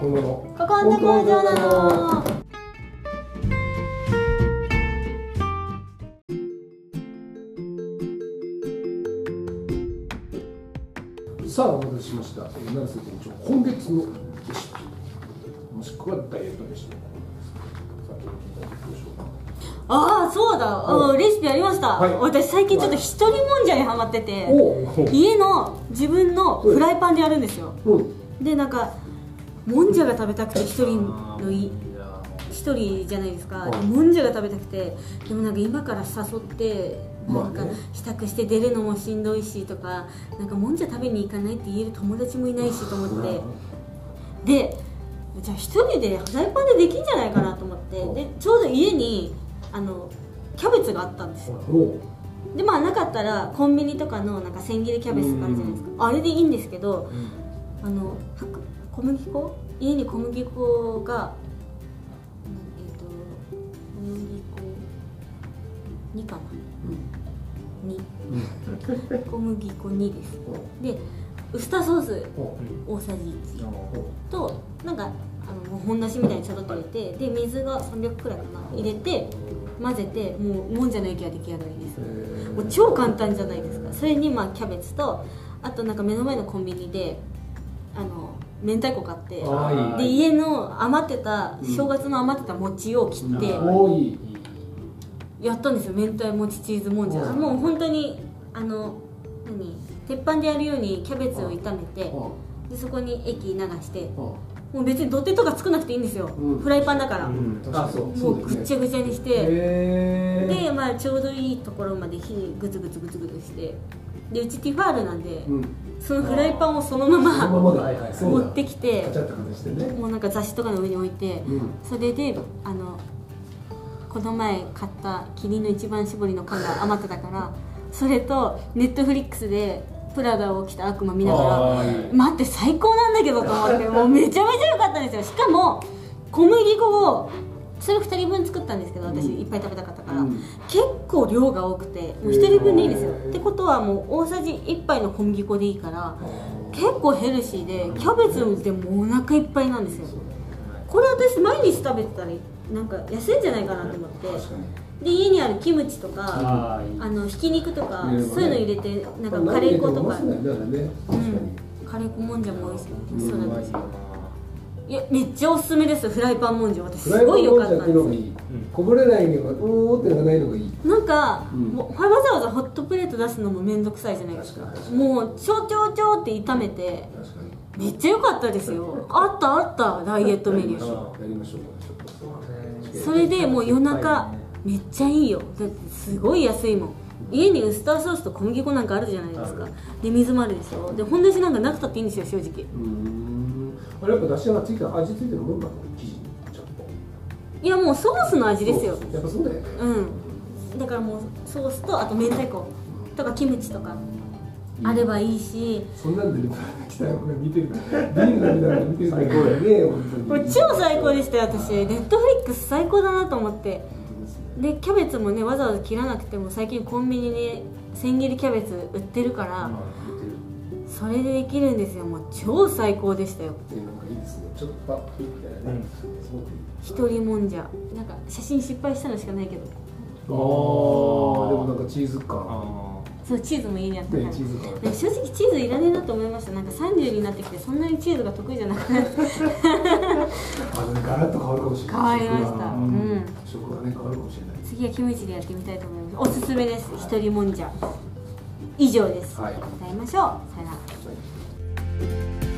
こんなのここんな工場なの。 さあお待たせしました、成瀬店長今月のレシピもしくはダイエットレシピのコーナーです。さあ今日聞いていきましょうか。 ああそうだ、レシピありました、 はい、 私最近ちょっと一人もんじゃにハマってて、家の自分のフライパンでやるんですよ、でなんかもんじゃが食べたくて一人じゃないですか、もんじゃが食べたくて、でもなんか今から誘ってなんか支度して出るのもしんどいしとか、なんかもんじゃ食べに行かないって言える友達もいないしと思って、でじゃあ一人でフライパンでできんじゃないかなと思って、でちょうど家にキャベツがあったんですよ。でまあなかったらコンビニとかのなんか千切りキャベツとかあるじゃないですか、あれでいいんですけど、小麦粉、家に小麦粉が小麦粉2かな、2小麦粉2です。でウスターソース大さじ1となんか本だしみたいにちょろっと入れて、で水が300くらいかな入れて混ぜて、もうもんじゃの液が出来上がりです。もう超簡単じゃないですか。それにまあキャベツと、あとなんか目の前のコンビニで明太子買って、で家の余ってた正月の余ってた餅を切ってやったんですよ。明太餅チーズもんじゃ、もう本当に鉄板でやるようにキャベツを炒めて、でそこに液流して、もう別に土手とか作らなくていいんですよ、フライパンだから、もうぐっちゃぐちゃにして、でまあちょうどいいところまで火グツグツグツグツして、でうちティファールなんで、そのフライパンをそのまま持ってきて、もうなんか雑誌とかの上に置いて、それでこの前買ったキリンの一番搾りの缶が余ってたから、それとネットフリックスでプラダを着た悪魔見ながら、待って最高なんだけどと思って、もうめちゃめちゃ良かったんですよ。しかも小麦粉をそれ2人分作ったんですけど、私いっぱい食べたかったから、結構量が多くて、もう1人分でいいんですよ。ってことはもう大さじ1杯の小麦粉でいいから、結構ヘルシーで、キャベツでもお腹いっぱいなんですよ。これ私毎日食べてたらなんか安いんじゃないかなと思って、で家にあるキムチとかひき肉とかそういうの入れて、なんかカレー粉とか、カレー粉もんじゃも美味しそうなんですよ。いやめっちゃおすすめです。フライパンもんじゃ私すごい良かったんですよ。 こぼれないのがおーってのがないのがいい。 なんかわざわざホットプレート出すのもめんどくさいじゃないですか。もうちょちょちょって炒めて、めっちゃ良かったですよ。あったダイエットメニュー。それでもう夜中めっちゃいいよ。だってすごい安いもん。家にウスターソースと小麦粉なんかあるじゃないですか。で水もあるでしょ。で本だしなんかなくたっていいんですよ正直。 あれやっぱだしがついた、味ついてるもんなの生地にちゃんと。 いやもうソースの味ですよ。 やっぱそうだよね。 だからもうソースとあと明太子とかキムチとかあればいいし。 そんなんで来たよ、これ見てる。ビール飲みながら見てるからね、本当に。 これ超最高でしたよ私。ネットフリックス最高だなと思って。でキャベツもねわざわざ切らなくても最近コンビニで千切りキャベツ売ってるから、それでできるんですよ。もう超最高でしたよ。 なんかいいですね。ちょっとパッとみたいなね。 一人もんじゃ、なんか写真失敗したのしかないけど。 でもなんかチーズ感。 そうチーズも家にあったから。正直チーズいらねえなと思いました。なんか30になってきてそんなにチーズが得意じゃなくなって。 ガラッと変わるかもしれない。 変わりました。 食がね変わるかもしれない。 次はキムチでやってみたいと思います。おすすめです。一人もんじゃ。以上です。また会いましょう。さよなら。